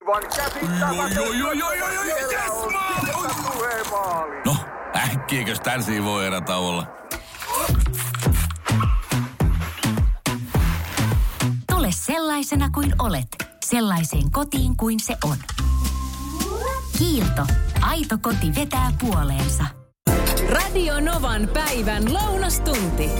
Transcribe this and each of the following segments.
aivan käsittämätöntä. No, äkkiäkös tän voi erätä olla? Tule sellaisena kuin olet, sellaiseen kotiin kuin se on. Kiilto. Aito koti vetää puoleensa. Radio Novan päivän lounastunti.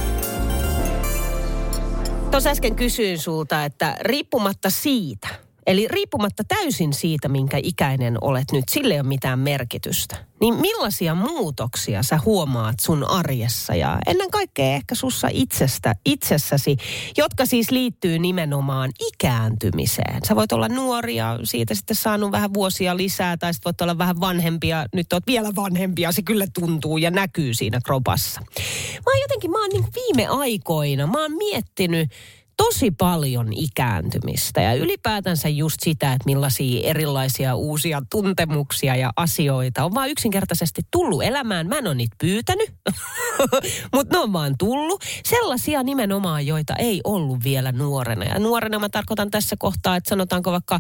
Tuossa äsken kysyin sulta, että riippumatta siitä, eli riippumatta täysin siitä, minkä ikäinen olet nyt, sille ei ole mitään merkitystä. Niin millaisia muutoksia sä huomaat sun arjessa ja ennen kaikkea ehkä sussa itsessäsi, jotka siis liittyy nimenomaan ikääntymiseen. Sä voit olla nuori ja siitä sitten saanut vähän vuosia lisää tai sitten voit olla vähän vanhempia. Nyt oot vielä vanhempia, se kyllä tuntuu ja näkyy siinä kropassa. Mä oon niin viime aikoina, mä oon miettinyt tosi paljon ikääntymistä ja ylipäätänsä just sitä, että millaisia erilaisia uusia tuntemuksia ja asioita on vaan yksinkertaisesti tullut elämään. Mä en ole niitä pyytänyt, mutta ne on vaan tullut. Sellaisia nimenomaan, joita ei ollut vielä nuorena. Ja nuorena mä tarkoitan tässä kohtaa, että sanotaanko vaikka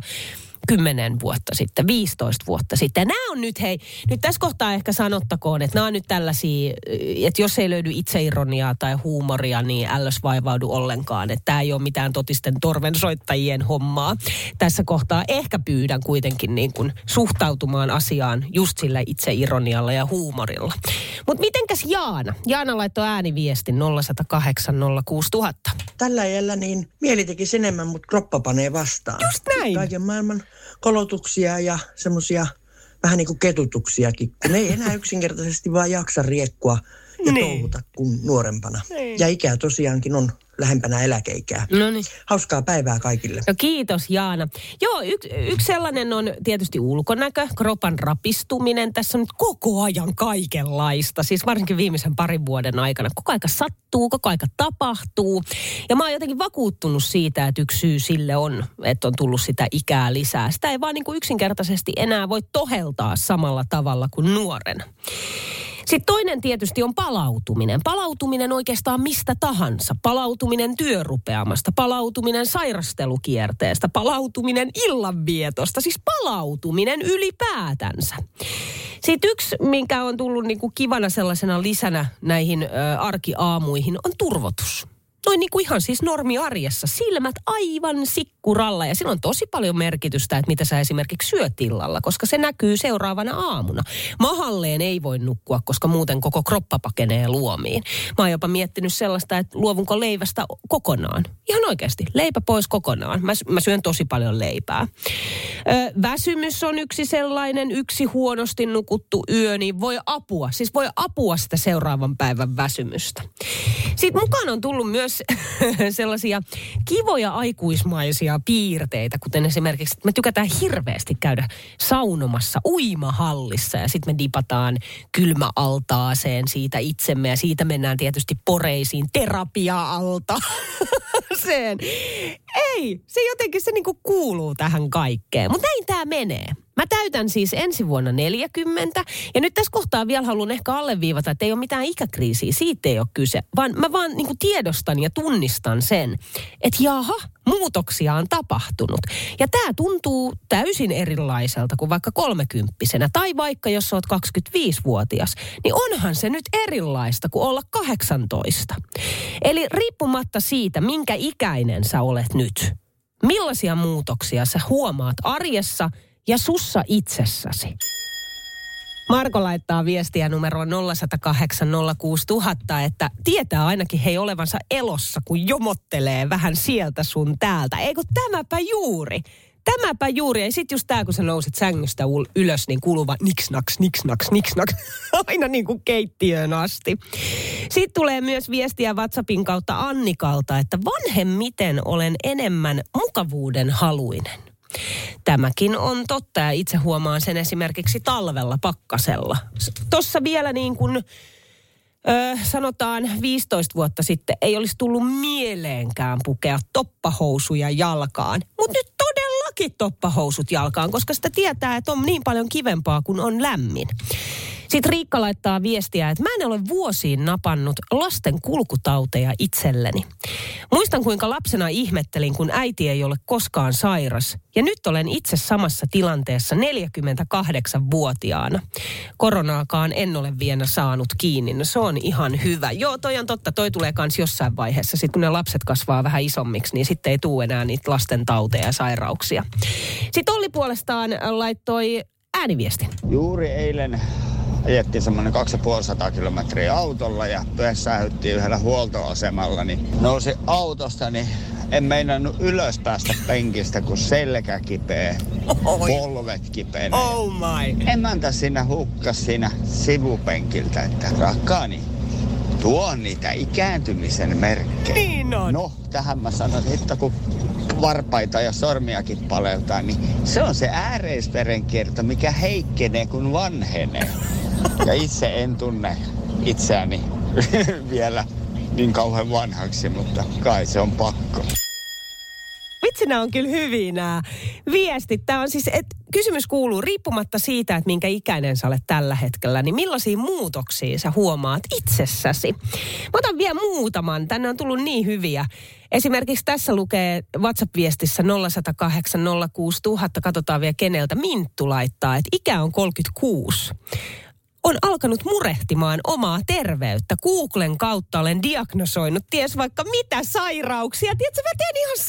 10 vuotta sitten, 15 vuotta sitten. Nämä on nyt tässä kohtaa ehkä sanottakoon, että nämä on nyt tällaisia, että jos ei löydy itseironiaa tai huumoria, niin älös vaivaudu ollenkaan. Että tämä ei ole mitään totisten torvensoittajien hommaa. Tässä kohtaa ehkä pyydän kuitenkin niin kuin suhtautumaan asiaan just sillä itseironialla ja huumorilla. Mutta mitenkäs Jaana? Jaana laittoi ääniviestin 0108 06000. Tällä iällä niin mieli tekisi enemmän, mutta kroppa panee vastaan. Just näin. Kaiken maailman kolotuksia ja semmoisia vähän niin kuin ketutuksiakin, kun ei enää yksinkertaisesti vaan jaksa riekkua ja touhuta kuin nuorempana. Niin. Ja ikää tosiaankin on lähempänä eläkeikää. Noniin. Hauskaa päivää kaikille. No kiitos Jaana. Joo, yksi sellainen on tietysti ulkonäkö, kropan rapistuminen. Tässä on nyt koko ajan kaikenlaista, siis varsinkin viimeisen parin vuoden aikana. Koko aika sattuu, koko aika tapahtuu. Ja mä oon jotenkin vakuuttunut siitä, että yksi syy sille on, että on tullut sitä ikää lisää. Sitä ei vaan niin kuin yksinkertaisesti enää voi toheltaa samalla tavalla kuin nuorena. Sitten toinen tietysti on palautuminen. Palautuminen oikeastaan mistä tahansa. Palautuminen työrupeamasta, palautuminen sairastelukierteestä, palautuminen illanvietosta. Siis palautuminen ylipäätänsä. Sitten yksi, minkä on tullut niinku kivana sellaisena lisänä näihin arkiaamuihin, on turvotus. Noin niin kuin ihan siis normiarjessa. Silmät aivan sikkuralla ja sillä on tosi paljon merkitystä, että mitä sä esimerkiksi syöt illalla, koska se näkyy seuraavana aamuna. Mahalleen ei voi nukkua, koska muuten koko kroppa pakenee luomiin. Mä oon jopa miettinyt sellaista, että luovunko leivästä kokonaan. Ihan oikeasti, leipä pois kokonaan. Mä syön tosi paljon leipää. Väsymys on yksi sellainen, yksi huonosti nukuttu yö, niin voi apua sitä seuraavan päivän väsymystä. Sitten mukaan on tullut myös sellaisia kivoja aikuismaisia piirteitä, kuten esimerkiksi, että me tykätään hirveästi käydä saunomassa uimahallissa ja sitten me dipataan kylmäaltaaseen siitä itsemme ja siitä mennään tietysti poreisiin terapia-altaaseen. Ei, se jotenkin se niinku kuuluu tähän kaikkeen, mutta näin tämä menee. Mä täytän siis ensi vuonna 40 ja nyt tässä kohtaa vielä haluan ehkä alleviivata, että ei ole mitään ikäkriisiä, siitä ei ole kyse. Vaan mä vaan niin kuin tiedostan ja tunnistan sen, että jaha, muutoksia on tapahtunut. Ja tää tuntuu täysin erilaiselta kuin vaikka 30-vuotiaana tai vaikka jos sä oot 25-vuotias, niin onhan se nyt erilaista kuin olla 18. Eli riippumatta siitä, minkä ikäinen sä olet nyt, millaisia muutoksia sä huomaat arjessa ja sussa itsessäsi. Marko laittaa viestiä numeroon 0108 06000, että tietää ainakin hei olevansa elossa, kun jomottelee vähän sieltä sun täältä. Eikö tämäpä juuri? Tämäpä juuri. Ja sit just tää, kun sä nousit sängystä ylös, niin kuuluu vaan niksnaks, niksnaks, niksnaks. Aina niin kuin keittiöön asti. Sitten tulee myös viestiä WhatsAppin kautta Annikalta, että vanhemmiten olen enemmän mukavuuden haluinen. Tämäkin on totta ja itse huomaan sen esimerkiksi talvella pakkasella. Tossa vielä niin kuin sanotaan 15 vuotta sitten ei olisi tullut mieleenkään pukea toppahousuja jalkaan. Mutta nyt todellakin toppahousut jalkaan, koska sitä tietää, että on niin paljon kivempaa, kun on lämmin. Sitten Riikka laittaa viestiä, että mä en ole vuosiin napannut lasten kulkutauteja itselleni. Muistan, kuinka lapsena ihmettelin, kun äiti ei ole koskaan sairas. Ja nyt olen itse samassa tilanteessa 48-vuotiaana. Koronaakaan en ole vielä saanut kiinni. No se on ihan hyvä. Joo, toi on totta. Toi tulee kans jossain vaiheessa. Sitten kun ne lapset kasvaa vähän isommiksi, niin sitten ei tule enää niitä lasten tauteja ja sairauksia. Sitten Olli puolestaan laittoi ääniviestin. Juuri eilen ajettiin semmoinen 250 kilometriä autolla ja pysähdyttiin yhdellä huoltoasemalla, niin nousi autosta, niin en meinannut ylös päästä penkistä, kun selkä kipeä, polvet kipeä. Oh my! Emäntä siinä hukkas siinä sivupenkiltä, että rakkaani, tuo on niitä ikääntymisen merkkejä. Niin on. No, tähän mä sanon, että kun varpaita ja sormiakin paleltaa, niin se on se ääreisverenkierto, mikä heikkenee, kun vanhenee. Ja itse en tunne itseäni vielä niin kauhean vanhaksi, mutta kai se on pakko. Vitsi, nämä on kyllä hyviä nämä viestit. Tämä on siis, että kysymys kuuluu, riippumatta siitä, että minkä ikäinen sä olet tällä hetkellä, niin millaisia muutoksia sä huomaat itsessäsi? Mä otan vielä muutaman. Tänne on tullut niin hyviä. Esimerkiksi tässä lukee WhatsApp-viestissä 0108 06000, katsotaan vielä keneltä. Minttu laittaa, että ikä on 36. On alkanut murehtimaan omaa terveyttä. Googlen kautta olen diagnosoinut ties vaikka mitä sairauksia. Tiedätkö, mä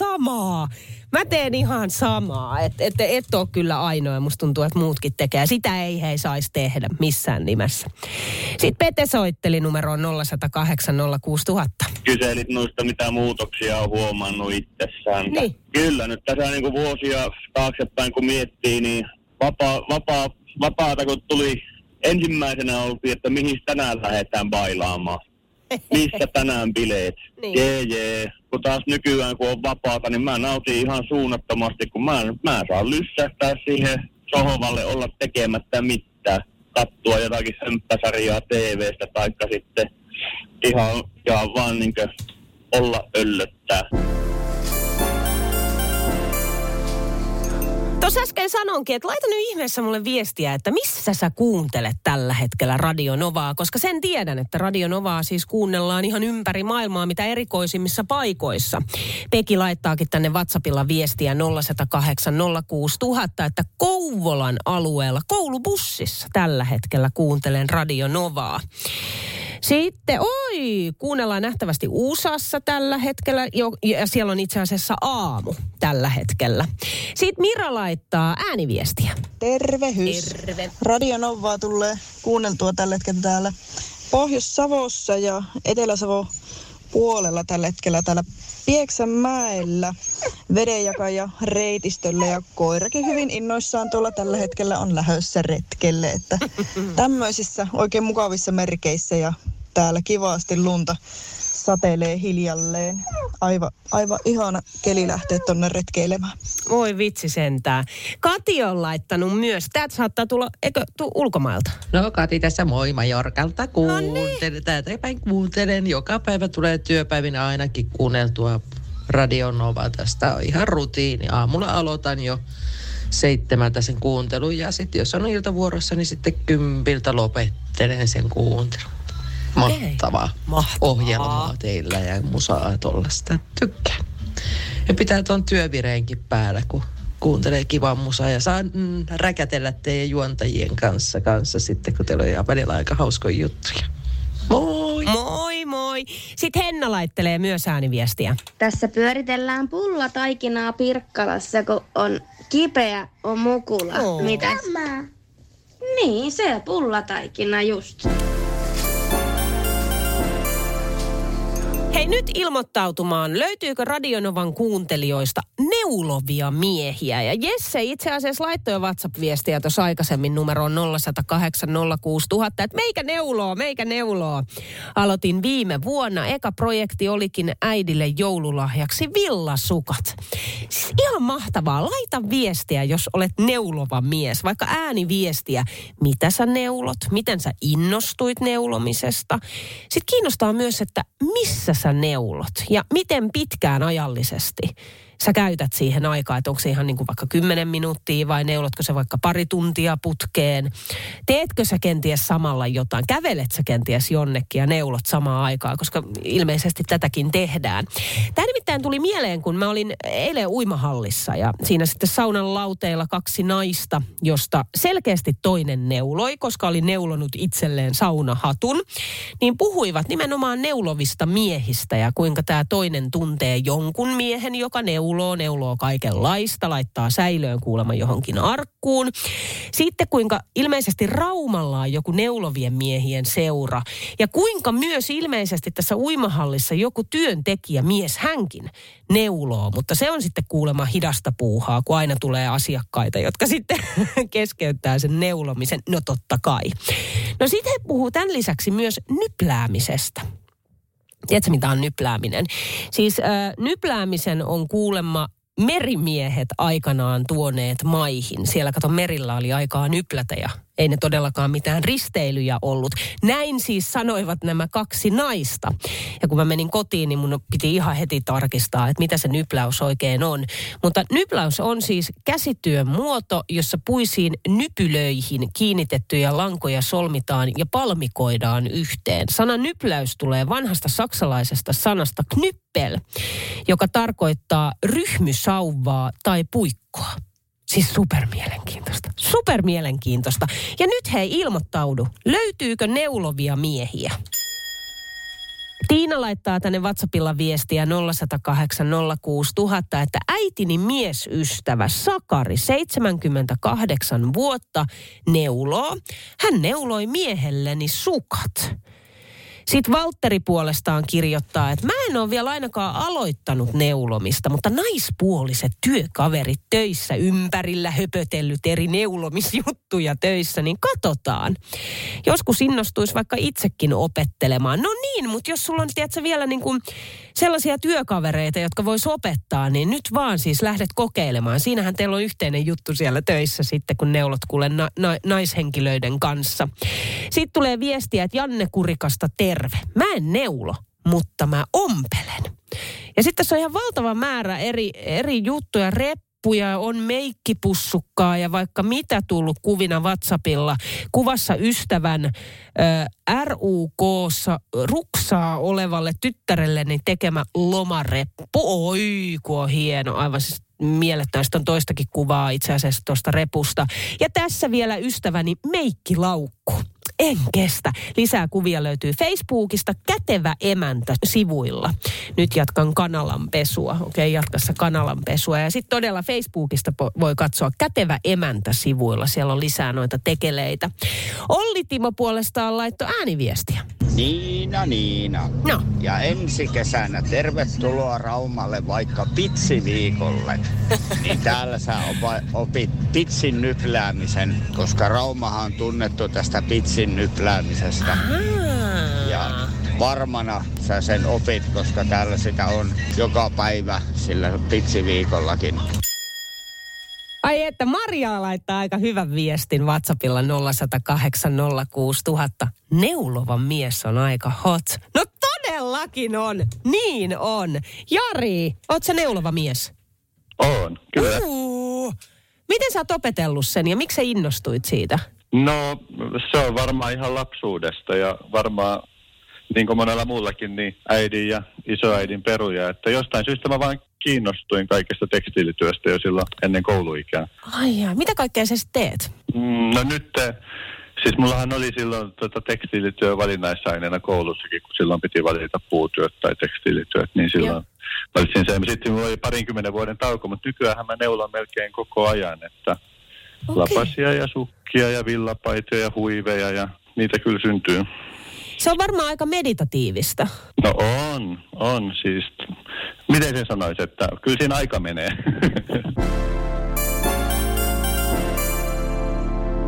teen ihan samaa. Et ole kyllä ainoa. Musta tuntuu, että muutkin tekee. Sitä ei saisi tehdä missään nimessä. Sitten Pete soitteli numeroon 0108 06000. Kyselit noista, mitä muutoksia on huomannut itsessään. Niin. Kyllä, nyt tässä niin kuin vuosia taaksepäin kun miettii, niin vapaata kun tuli... Ensimmäisenä oltiin, että mihin tänään lähdetään bailaamaan. Mistä tänään bileet? Niin. Jee. Kun taas nykyään kun on vapaata, niin mä nautin ihan suunnattomasti, kun mä saan lyssähtää siihen sohvalle olla tekemättä mitään. Kattua jotakin hömppäsarjaa TV:stä taikka sitten ihan vaan niinkö olla öllöttää. Tuossa äsken sanonkin, että laita nyt ihmeessä mulle viestiä, että missä sä kuuntelet tällä hetkellä Radio Novaa, koska sen tiedän, että Radio Novaa siis kuunnellaan ihan ympäri maailmaa, mitä erikoisimmissa paikoissa. Peki laittaakin tänne WhatsAppilla viestiä 0108 06000, että Kouvolan alueella koulubussissa tällä hetkellä kuuntelen Radio Novaa. Sitten, kuunnellaan nähtävästi USAssa tällä hetkellä, ja siellä on itse asiassa aamu tällä hetkellä. Sitten Mira laittaa ääniviestiä. Tervehys. Terve. Radio Novaa tulee kuunneltua tällä hetkellä täällä Pohjois-Savossa ja Etelä-Savon puolella tällä hetkellä täällä Pieksämäellä vedenjakaja reitistöllä ja koirakin hyvin innoissaan tuolla tällä hetkellä on lähdössä retkelle, että tämmöisissä oikein mukavissa merkeissä ja täällä kivasti lunta satelee hiljalleen. Aivan ihana keli lähteä tonne retkeilemään. Voi vitsi sentään. Kati on laittanut myös. Täältä saattaa tulla, eikö tuu ulkomailta? No Kati tässä moi Majorkalta. Täältä päin kuuntelen. Joka päivä tulee työpäivinä ainakin kuunneltua Radio Nova. Tästä on ihan rutiini. Aamulla aloitan jo 7 sen kuuntelun ja sitten jos on iltavuorossa, niin sitten 10 lopettelen sen kuuntelun. Mahtavaa ohjelmaa teillä ja musaa tollaista. Tykkään. Ja pitää tuon työvireenkin päällä, kun kuuntelee kivaa musaa ja saa räkätellä teidän juontajien kanssa sitten, kun teillä on välillä aika hauskoja juttuja. Moi! Moi moi! Sitten Henna laittelee myös ääniviestiä. Tässä pyöritellään pullataikinaa Pirkkalassa, kun on kipeä on mukula. Mitäs? Tämä. Niin, se pullataikina just. Hei, nyt ilmoittautumaan. Löytyykö Radio Novan kuuntelijoista neulovia miehiä? Ja Jesse itse asiassa laittoi WhatsApp-viestiä tuossa aikaisemmin numeroon 0108 06000, että meikä neuloo. Aloitin viime vuonna. Eka projekti olikin äidille joululahjaksi villasukat. Siis ihan mahtavaa. Laita viestiä, jos olet neulova mies. Vaikka ääniviestiä. Mitä sä neulot? Miten sä innostuit neulomisesta? Sitten kiinnostaa myös, että missä sä neulot ja miten pitkään ajallisesti. sä käytät siihen aikaa, että onko se ihan niin kuin vaikka 10 minuuttia vai neulotko se vaikka pari tuntia putkeen. Teetkö sä kenties samalla jotain? Kävelet sä kenties jonnekin ja neulot samaan aikaan, koska ilmeisesti tätäkin tehdään. Tämä nimittäin tuli mieleen, kun mä olin eilen uimahallissa ja siinä sitten saunan lauteilla 2 naista, josta selkeästi toinen neuloi, koska oli neulonut itselleen saunahatun, niin puhuivat nimenomaan neulovista miehistä ja kuinka tämä toinen tuntee jonkun miehen, joka neuloo kaikenlaista, laittaa säilöön kuulemma johonkin arkkuun. Sitten kuinka ilmeisesti Raumalla on joku neulovien miehien seura ja kuinka myös ilmeisesti tässä uimahallissa joku työntekijä, mies hänkin, neuloo, mutta se on sitten kuulemma hidasta puuhaa, kun aina tulee asiakkaita, jotka sitten keskeyttää sen neulomisen. No totta kai. No sitten he puhuu tämän lisäksi myös nypläämisestä. Tiedätkö, mitä on nyplääminen? Siis nypläämisen on kuulemma merimiehet aikanaan tuoneet maihin. Siellä kato merillä oli aikaa nyplätä ja ei ne todellakaan mitään risteilyjä ollut. Näin siis sanoivat nämä 2 naista. Ja kun mä menin kotiin, niin mun piti ihan heti tarkistaa, että mitä se nypläys oikein on. Mutta nypläys on siis käsityön muoto, jossa puisiin nypylöihin kiinnitettyjä lankoja solmitaan ja palmikoidaan yhteen. Sana nypläys tulee vanhasta saksalaisesta sanasta knyppel, joka tarkoittaa ryhmysauvaa tai puikkoa. Siis supermielenkiintoista. Ja nyt hei, ilmoittaudu. Löytyykö neulovia miehiä? Tiina laittaa tänne WhatsAppilla viestiä 0108 06000, että äitini miesystävä Sakari, 78 vuotta, neuloo. Hän neuloi miehelleni sukat. Sitten Valtteri puolestaan kirjoittaa, että mä en ole vielä ainakaan aloittanut neulomista, mutta naispuoliset työkaverit töissä ympärillä höpötellyt eri neulomisjuttuja töissä, niin katsotaan. Joskus innostuisi vaikka itsekin opettelemaan. No niin, mutta jos sulla on tiedätkö, vielä niin kuin sellaisia työkavereita, jotka vois opettaa, niin nyt vaan siis lähdet kokeilemaan. Siinähän teillä on yhteinen juttu siellä töissä sitten, kun neulot kuule naishenkilöiden kanssa. Sitten tulee viestiä, että Janne Kurikasta terve. Mä en neulo, mutta mä ompelen. Ja sitten tässä on ihan valtava määrä eri juttuja, reppuja, on meikkipussukkaa ja vaikka mitä tullut kuvina WhatsAppilla. Kuvassa ystävän RUK:ssa ruksaa olevalle tyttärelleni tekemä lomareppu. Oi, kun on hieno, aivan siis mielettömästi on toistakin kuvaa itse asiassa tuosta repusta. Ja tässä vielä ystäväni meikkilaukku. En kestä. Lisää kuvia löytyy Facebookista Kätevä emäntä -sivuilla. Nyt jatkan kanalan pesua. Okei, jatkassa kanalan pesua. Ja sitten todella Facebookista voi katsoa Kätevä emäntä -sivuilla. Siellä on lisää noita tekeleitä. Olli Timo puolestaan laittoi ääniviestiä. Niina. No. Ja ensi kesänä tervetuloa Raumalle vaikka pitsiviikolle. Niin täällä sä opit pitsin nypläämisen, koska Raumahan on tunnettu tästä pitsin nypläämisestä. Ja varmana sä sen opit, koska täällä sitä on joka päivä sillä pitsiviikollakin. Ai että Maria laittaa aika hyvän viestin WhatsAppilla 0108 06000. Neulova mies on aika hot. No todellakin on. Niin on. Jari, oot sä neulova mies? On, kyllä. Miten sä oot opetellut sen ja miksi sä innostuit siitä? No, se on varmaan ihan lapsuudesta ja varmaan niin kuin monella muullakin, niin äidin ja isoäidin peruja. Että jostain syystä mä vaan kiinnostuin kaikesta tekstiilityöstä jo silloin ennen kouluikää. Ai jaa, mitä kaikkea sä sitten teet? No nyt, siis mullahan oli silloin tekstiilityö valinnaisaineena koulussakin, kun silloin piti valita puutyöt tai tekstiilityöt, niin silloin valitsin sen. Sitten mulla oli 20 vuoden tauko, mutta nykyäänhän mä neulan melkein koko ajan, että lapasia ja sukkia ja villapaitoja ja huiveja ja niitä kyllä syntyy. Se on varmaan aika meditatiivista. No on siis. Miten sen sanoisi, että kyllä siinä aika menee.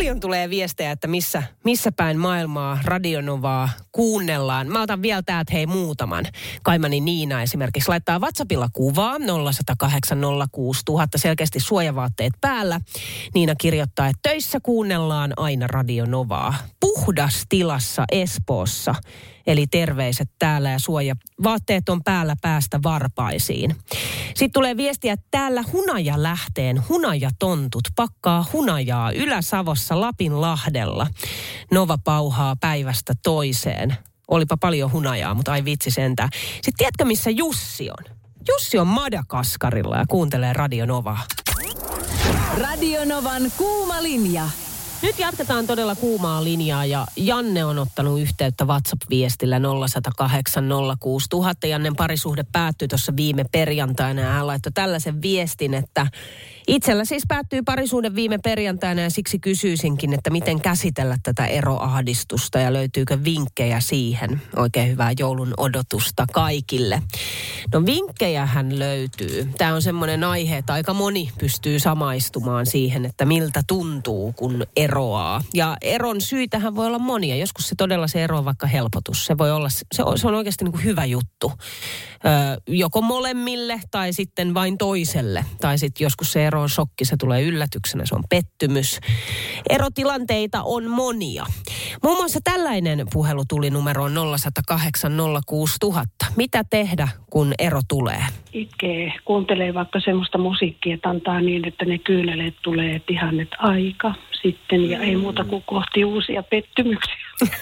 Paljon tulee viestejä, että missä päin maailmaa Radio Novaa kuunnellaan. Mä otan vielä täältä muutaman. Kaimani Niina esimerkiksi laittaa WhatsAppilla kuvaa 0108 06000, selkeästi suojavaatteet päällä. Niina kirjoittaa, että töissä kuunnellaan aina Radio Novaa. Puhdastilassa Espoossa. Eli terveiset täällä ja suojavaatteet on päällä päästä varpaisiin. Sitten tulee viestiä, että täällä Hunajalähteen hunajatontut pakkaa hunajaa Ylä-Savossa Lapinlahdella. Nova pauhaa päivästä toiseen. Olipa paljon hunajaa, mutta ai vitsi sentään. Sitten tiedätkö, missä Jussi on? Jussi on Madagaskarilla ja kuuntelee Radio Novaa. Radio Novan kuuma linja. Nyt jatketaan todella kuumaa linjaa ja Janne on ottanut yhteyttä WhatsApp-viestillä 0108 06000. Jannen parisuhde päättyi tuossa viime perjantaina ja hän laittoi tällaisen viestin, että itsellä siis päättyi parisuhde viime perjantaina ja siksi kysyisinkin, että miten käsitellä tätä eroahdistusta ja löytyykö vinkkejä siihen. Oikein hyvää joulun odotusta kaikille. No vinkkejähän löytyy. Tämä on semmoinen aihe, että aika moni pystyy samaistumaan siihen, että miltä tuntuu, kun eroaa. Ja eron syitähän voi olla monia. Joskus se ero on vaikka helpotus. Se voi olla, se on oikeasti niin kuin hyvä juttu. Joko molemmille tai sitten vain toiselle. Tai sitten joskus se ero on shokki, se tulee yllätyksenä, se on pettymys. Erotilanteita on monia. Muun muassa tällainen puhelu tuli numeroon 0108 06000. Mitä tehdä, kun ero tulee? Itkee, kuuntelee vaikka semmoista musiikkia, että antaa niin, että ne kyyneleet tulee, että ihan että aika sitten ja ei muuta kuin kohti uusia pettymyksiä.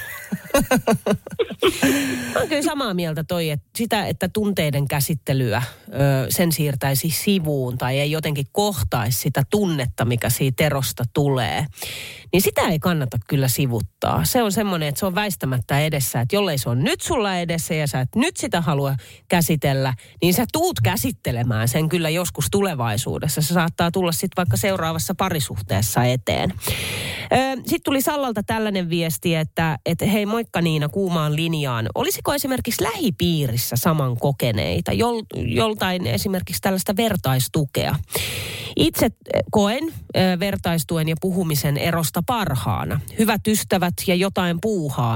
Olen kyllä samaa mieltä että sitä, että tunteiden käsittelyä sen siirtäisi sivuun tai ei jotenkin kohtaisi sitä tunnetta, mikä siitä erosta tulee, niin sitä ei kannata kyllä sivuttaa. Se on semmoinen, että se on väistämättä edessä, että jollei se on nyt sulla edessä ja sä et nyt sitä halua käsitellä, niin sä tuut käsittelemään sen kyllä joskus tulevaisuudessa. Se saattaa tulla sitten vaikka seuraavassa parisuhteessa eteen. Sitten tuli Sallalta tällainen viesti, että hei moikka Niina kuumaan linjaan. Olisiko esimerkiksi lähipiirissä saman kokeneita, joltain esimerkiksi tällaista vertaistukea? Itse koen vertaistuen ja puhumisen erosta parhaana. Hyvät ystävät ja jotain puuhaa,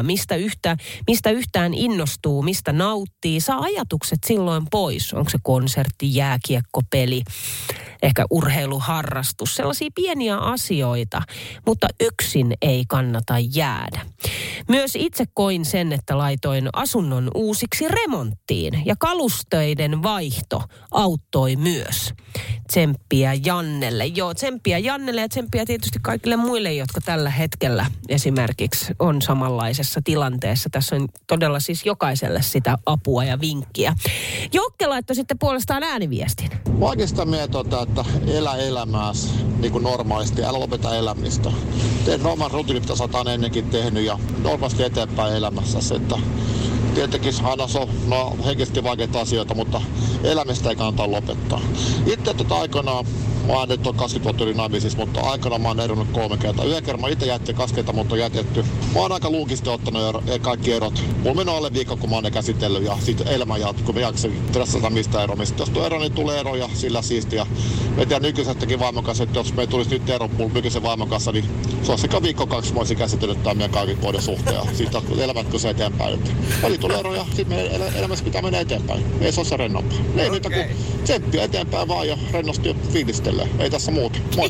mistä yhtään innostuu, mistä nauttii, saa ajatukset silloin pois. Onko se konsertti, jääkiekko, peli, ehkä urheiluharrastus, sellaisia pieniä asioita, mutta yksin ei kannata jäädä. Myös itse koin sen, että laitoin asunnon uusiksi remonttiin ja kalusteiden vaihto auttoi myös. Tsemppiä Jannelle. Joo, tsemppiä Jannelle ja tsemppiä tietysti kaikille muille, jotka tällä hetkellä esimerkiksi on samanlaisessa tilanteessa. Tässä on todella siis jokaiselle sitä apua ja vinkkiä. Jokke laittoi sitten puolestaan ääniviestin. Oikeastaan mieltä, että elä elämääsi niin kuin normaalisti, älä lopeta elämistä. Tee oman rutiinit, mitä sä oot ennenkin tehnyt ja normaalisti eteenpäin elämässäsi. Että tietenkin aina se on henkisesti vaikeita asioita, mutta elämistä ei kannata lopettaa. Itse aikanaan, mä oon nyt 20 vuotta yli naimisissa, mutta aikanaan mä oon eronnut 3 kertaa. Yhden kerran mä itse jättin 2 kertaa, mutta on jätetty. Mä oon aika luukisti ottanut kaikki erot. Mulla menee alle viikko, kun mä oon ne käsitellyt ja sitten elämä jatkuu, kun mä jaksin stressata mistä eromista. Jos tulee ero, niin tulee ero ja sillä siistiä. Mä tiedän nykyisestäkin vaimon kanssa, että jos me tulisi nyt ero mun nykyisen vaimon kanssa, niin se on sekä viikko 2 mä olisin käsitellyt tämän meidän kaiken vuoden suhteen. Ja siitä elämätkö se eteenpäin. Väli tulee ero ja sitten meidän elämässä pitää mennä eteenpäin. Ei se ole se rennompaa. Ei niitä kuin tsemppiä eteenpäin vaan ja rennosti fiilistelee. Ei tässä muuta. Moi.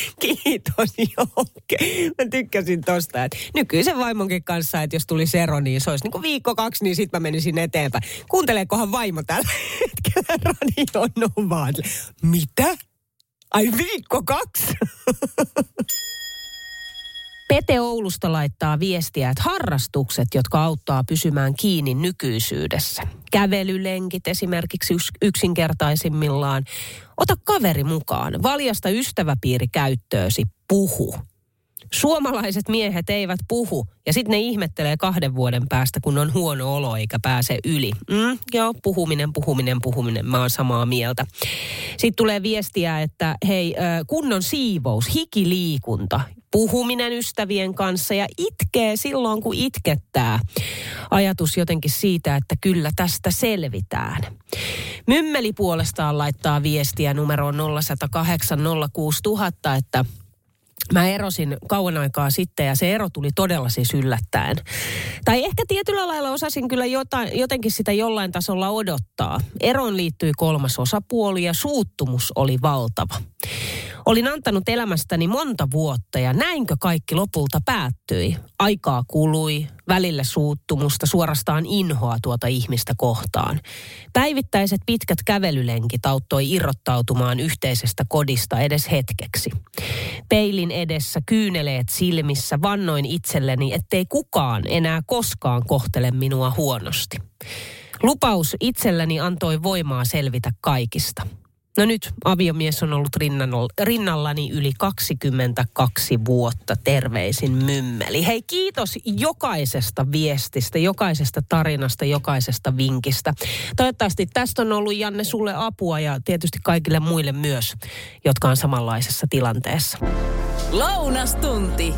Kiitos Jokke. Mä tykkäsin tosta, että nykyisen vaimonkin kanssa, että jos tulisi ero, niin se olisi niin kuin viikko 2, niin sitten mä menisin eteenpäin. Kuunteleekohan vaimo tällä hetkellä Radio Novaan? Mitä? Ai viikko 2? Pete Oulusta laittaa viestiä, että harrastukset, jotka auttaa pysymään kiinni nykyisyydessä. Kävelylenkit esimerkiksi yksinkertaisimmillaan. Ota kaveri mukaan. Valjasta ystäväpiirikäyttöösi. Puhu. Suomalaiset miehet eivät puhu ja sitten ne ihmettelee 2 vuoden päästä, kun on huono olo eikä pääse yli. Joo, puhuminen. Mä oon samaa mieltä. Sitten tulee viestiä, että hei, kunnon siivous, hikiliikunta, puhuminen ystävien kanssa ja itkee silloin, kun itkettää. Ajatus jotenkin siitä, että kyllä tästä selvitään. Mymmeli puolestaan laittaa viestiä numeroon 0108 06000, että Mä erosin kauan aikaa sitten ja se ero tuli todella siis yllättäen. Tai ehkä tietyllä lailla osasin kyllä jotenkin sitä jollain tasolla odottaa. Eroon liittyi 3. osapuoli ja suuttumus oli valtava. Olin antanut elämästäni monta vuotta ja näinkö kaikki lopulta päättyi. Aikaa kului, välillä suuttumusta, suorastaan inhoa tuota ihmistä kohtaan. Päivittäiset pitkät kävelylenkit auttoi irrottautumaan yhteisestä kodista edes hetkeksi. Peilin edessä, kyyneleet silmissä, vannoin itselleni, ettei kukaan enää koskaan kohtele minua huonosti. Lupaus itselleni antoi voimaa selvitä kaikista. No nyt aviomies on ollut rinnallani yli 22 vuotta. Terveisin Mymmeli. Hei, kiitos jokaisesta viestistä, jokaisesta tarinasta, jokaisesta vinkistä. Toivottavasti tästä on ollut, Janne, sulle apua ja tietysti kaikille muille myös, jotka on samanlaisessa tilanteessa. Lounastunti.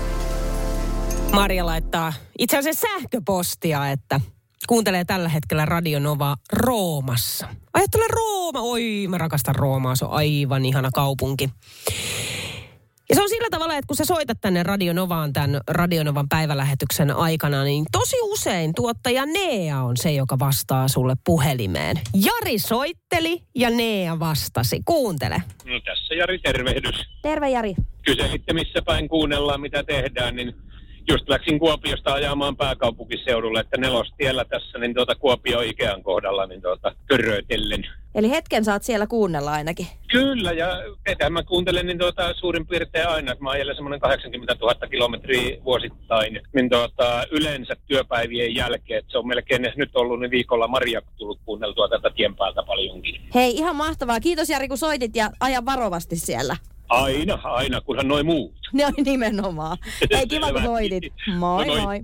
Marja laittaa itse asiassa sähköpostia, että kuuntelee tällä hetkellä Radio Nova Roomassa. Ajattele Rooma, oi mä rakastan Roomaa, se on aivan ihana kaupunki. Ja se on sillä tavalla, että kun sä soitat tänne Radio Novaan tämän Radio Novan päivälähetyksen aikana, niin tosi usein tuottaja Nea on se, joka vastaa sulle puhelimeen. Jari soitteli ja Nea vastasi. Kuuntele. No tässä Jari, tervehdys. Terve Jari. Kyselitte missä päin kuunnellaan, mitä tehdään, niin just läksin Kuopiosta ajamaan pääkaupunkiseudulle, että Nelostiellä tässä, niin Kuopio Ikean kohdalla, niin köröitellen. Eli hetken saat siellä kuunnella ainakin. Kyllä, ja eteen mä kuuntelen niin suurin piirtein aina, että mä ajelen semmoinen 80 000 kilometriä vuosittain, niin yleensä työpäivien jälkeen, että se on melkein nyt ollut niin viikolla Maria tullut kuunneltua tätä tien päältä paljonkin. Hei, ihan mahtavaa. Kiitos Jari, kun soitit ja aja varovasti siellä. Aina, kunhan noin muut. No nimenomaan. Hei, kiva kun soitit. Moi, no moi.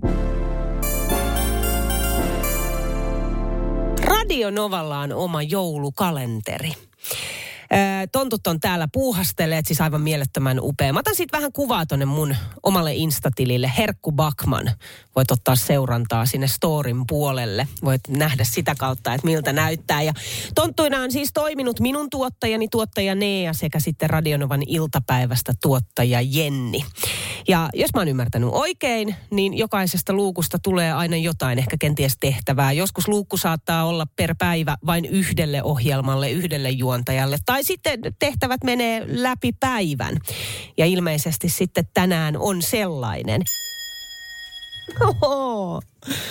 Radio Novalla on oma joulukalenteri. Tontut on täällä puuhastelleet, siis aivan mielettömän upea. Mä otan siitä vähän kuvaa tonne mun omalle Instatilille. Herkku Backman. Voit ottaa seurantaa sinne storin puolelle. Voit nähdä sitä kautta, että miltä näyttää. Ja tonttuina on siis toiminut minun tuottajani, tuottaja Nea, sekä sitten Radio Novan iltapäivästä tuottaja Jenni. Ja jos mä oon ymmärtänyt oikein, niin jokaisesta luukusta tulee aina jotain, ehkä kenties tehtävää. Joskus luukku saattaa olla per päivä vain yhdelle ohjelmalle, yhdelle juontajalle. Tai sitten tehtävät menee läpi päivän. Ja ilmeisesti sitten tänään on sellainen. Oho.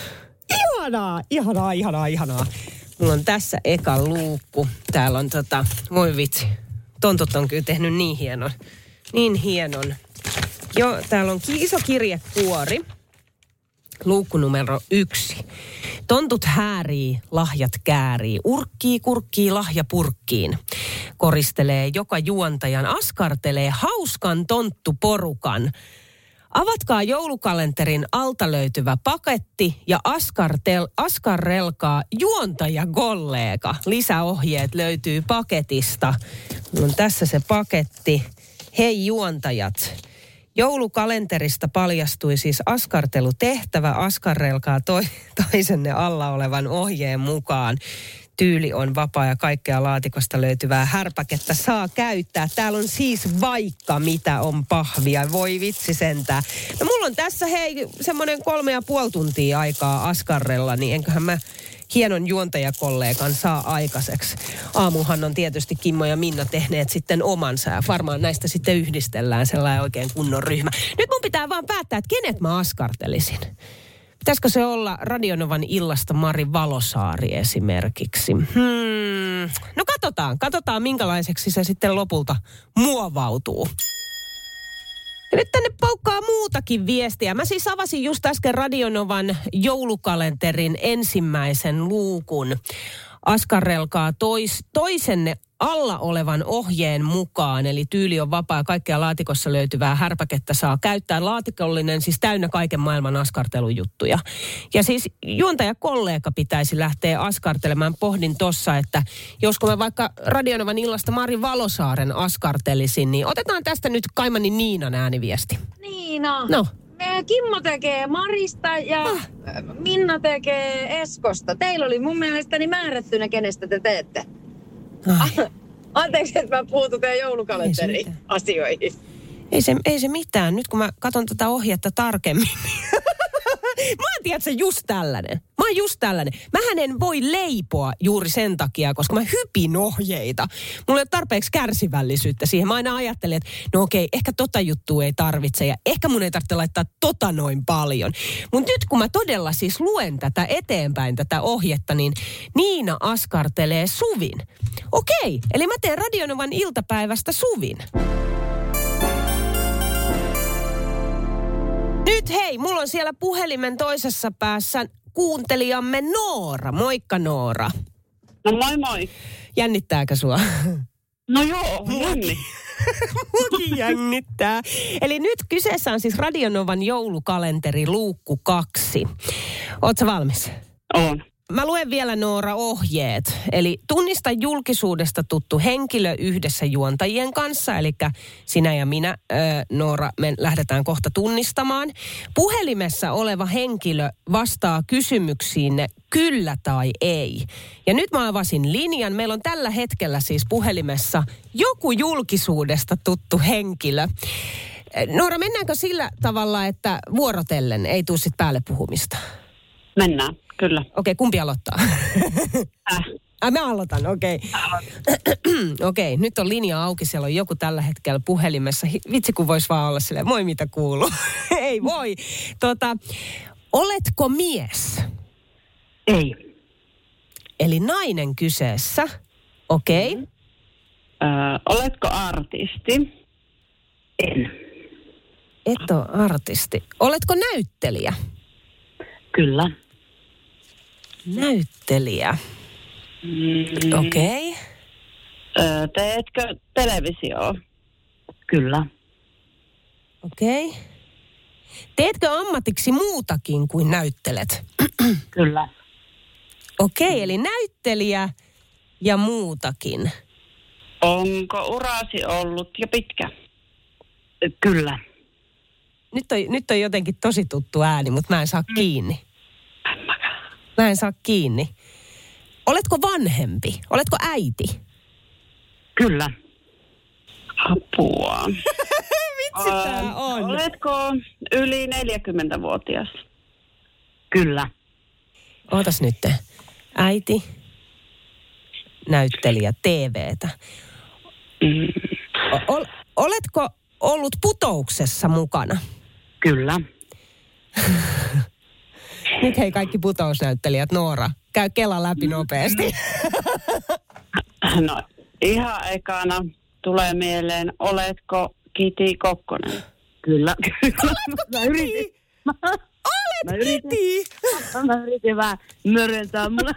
Ihanaa. Mulla on tässä eka luukku. Täällä on voi vitsi. Tontut on kyllä tehnyt niin hienon. Joo, täällä on iso kirjekuori. Luukku numero 1. Tontut häärii, lahjat käärii. Kurkkii lahja purkkiin. Koristelee joka juontajan, askartelee hauskan tonttuporukan. Avatkaa joulukalenterin alta löytyvä paketti ja askarrelkaa juontajakollega. Lisäohjeet löytyy paketista. On tässä se paketti. Hei juontajat. Joulukalenterista paljastui siis askartelutehtävä. Askarrelkaa toisenne alla olevan ohjeen mukaan. Tyyli on vapaa ja kaikkea laatikosta löytyvää härpäkettä saa käyttää. Täällä on siis vaikka mitä on pahvia. Voi vitsi sentään. No mulla on tässä semmoinen 3,5 tuntia aikaa askarrella, niin enköhän mä hienon juontajakollegan saa aikaiseksi. Aamuhan on tietysti Kimmo ja Minna tehneet sitten omansa ja varmaan näistä sitten yhdistellään sellainen oikein kunnon ryhmä. Nyt mun pitää vaan päättää, että kenet mä askartelisin. Pitäisikö se olla Radio Novan illasta Mari Valosaari esimerkiksi? No katsotaan minkälaiseksi se sitten lopulta muovautuu. Ja nyt tänne paukkaa muutakin viestiä. Mä siis avasin just äsken Radio Novan joulukalenterin ensimmäisen luukun. Askarrelkaa toisenne alla olevan ohjeen mukaan, eli tyyli on vapaa ja kaikkea laatikossa löytyvää härpäkettä saa käyttää. Laatikollinen siis täynnä kaiken maailman askartelujuttuja. Ja siis juontajakollega pitäisi lähteä askartelemaan. Pohdin tossa, että josko mä vaikka Radio Novan illasta Mari Valosaaren askartelisin, niin otetaan tästä nyt Kaimani Niinan ääniviesti. Niina. No. Kimmo tekee Marista ja Minna tekee Eskosta. Teillä oli mun mielestäni määrättynä, kenestä te teette. Anteeksi, että mä puutun teidän joulukalenterin asioihin. Ei se mitään. Nyt kun mä katson tätä ohjetta tarkemmin. Mä oon tiedätkö just tällainen. Mähän en voi leipoa juuri sen takia, koska mä hypin ohjeita. Mulla ei ole tarpeeksi kärsivällisyyttä siihen. Mä aina ajattelin, että no okei, ehkä tota juttua ei tarvitse ja ehkä mun ei tarvitse laittaa tota noin paljon. Mutta nyt kun mä todella siis luen tätä eteenpäin, tätä ohjetta, niin Niina askartelee Suvin. Okei, eli mä teen Radio Novan iltapäivästä Suvin. Nyt hei, mulla on siellä puhelimen toisessa päässä kuuntelijamme Noora. Moikka Noora. No moi moi. Jännittääkö sua? No joo, Muakin jännittää. Eli nyt kyseessä on siis Radio Novan joulukalenteri luukku 2. Ootko valmis? Oon. Mä luen vielä Noora ohjeet. Eli tunnista julkisuudesta tuttu henkilö yhdessä juontajien kanssa. Eli sinä ja minä, Noora, me lähdetään kohta tunnistamaan. Puhelimessa oleva henkilö vastaa kysymyksiinne kyllä tai ei. Ja nyt mä avasin linjan. Meillä on tällä hetkellä siis puhelimessa joku julkisuudesta tuttu henkilö. Noora, mennäänkö sillä tavalla, että vuorotellen ei tule sit päälle puhumista? Mennään. Kyllä. Okei, kumpi aloittaa? Mä aloitan, okei. Okei, nyt on linja auki, siellä on joku tällä hetkellä puhelimessa. Vitsi, kun vois vaan olla silleen, moi mitä kuuluu. Ei voi. Oletko mies? Ei. Eli nainen kyseessä. Okei. Oletko artisti? En. Et ole artisti. Oletko näyttelijä? Kyllä. Näyttelijä. Okei. Teetkö televisioa? Kyllä. Okei. Teetkö ammatiksi muutakin kuin näyttelet? Kyllä. Okei, eli näyttelijä ja muutakin. Onko urasi ollut jo pitkä? Kyllä. Nyt on jotenkin tosi tuttu ääni, mutta mä en saa kiinni. Mä en saa kiinni. Oletko vanhempi? Oletko äiti? Kyllä. Apua. Vitsi tää on. Oletko yli 40-vuotias? Kyllä. Ootas nyt. Äiti, näyttelijä, TV:tä. Oletko ollut putouksessa mukana? Kyllä. Nyt hei kaikki putousnäyttelijät, Noora, käy Kela läpi nopeasti. No ihan ekana tulee mieleen, oletko Kiti Kokkonen? Kyllä. Oletko Kiti? Olet Kiti! Mä yritin vähän mörentää mulle.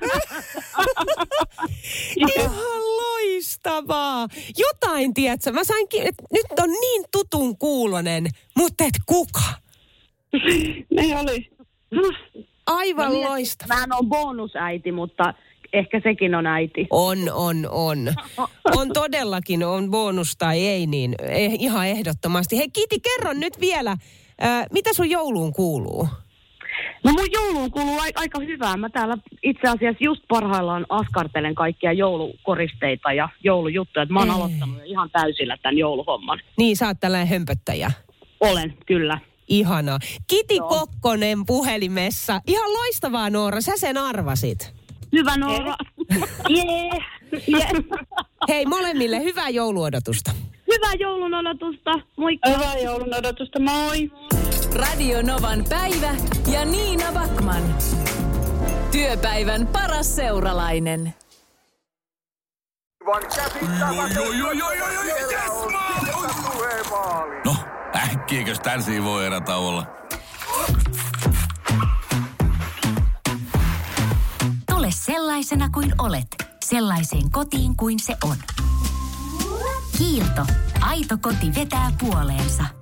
Ihan loistavaa. Jotain, tiedätkö, mä sain, että nyt on niin tutun kuulonen, mutta et kuka? Ne oli. Aivan loistavaa. Mä en ole bonusäiti, mutta ehkä sekin on äiti. On. On todellakin, on bonus tai ei, niin ihan ehdottomasti. Hei Kiti, kerro nyt vielä, mitä sun jouluun kuuluu? No mun jouluun kuuluu aika hyvää. Mä täällä itse asiassa just parhaillaan askartelen kaikkia joulukoristeita ja joulujuttuja. Mä oon aloittanut ihan täysillä tämän jouluhomman. Niin, sä oot tällainen hömpöttäjä. Olen, kyllä. Ihanaa. Kiti Kokkonen puhelimessa. Ihan loistavaa, Noora. Sä sen arvasit. Hyvä, Noora. Yeah. Hei, molemmille hyvää jouluodotusta. Hyvää joulun odotusta. Moikka. Hyvää joulun odotusta. Moi. Radio Novan päivä ja Niina Backman. Työpäivän paras seuralainen. No, äkkiäkös tän voi erätä olla? Tule sellaisena kuin olet, sellaiseen kotiin kuin se on. Kiilto. Aito koti vetää puoleensa.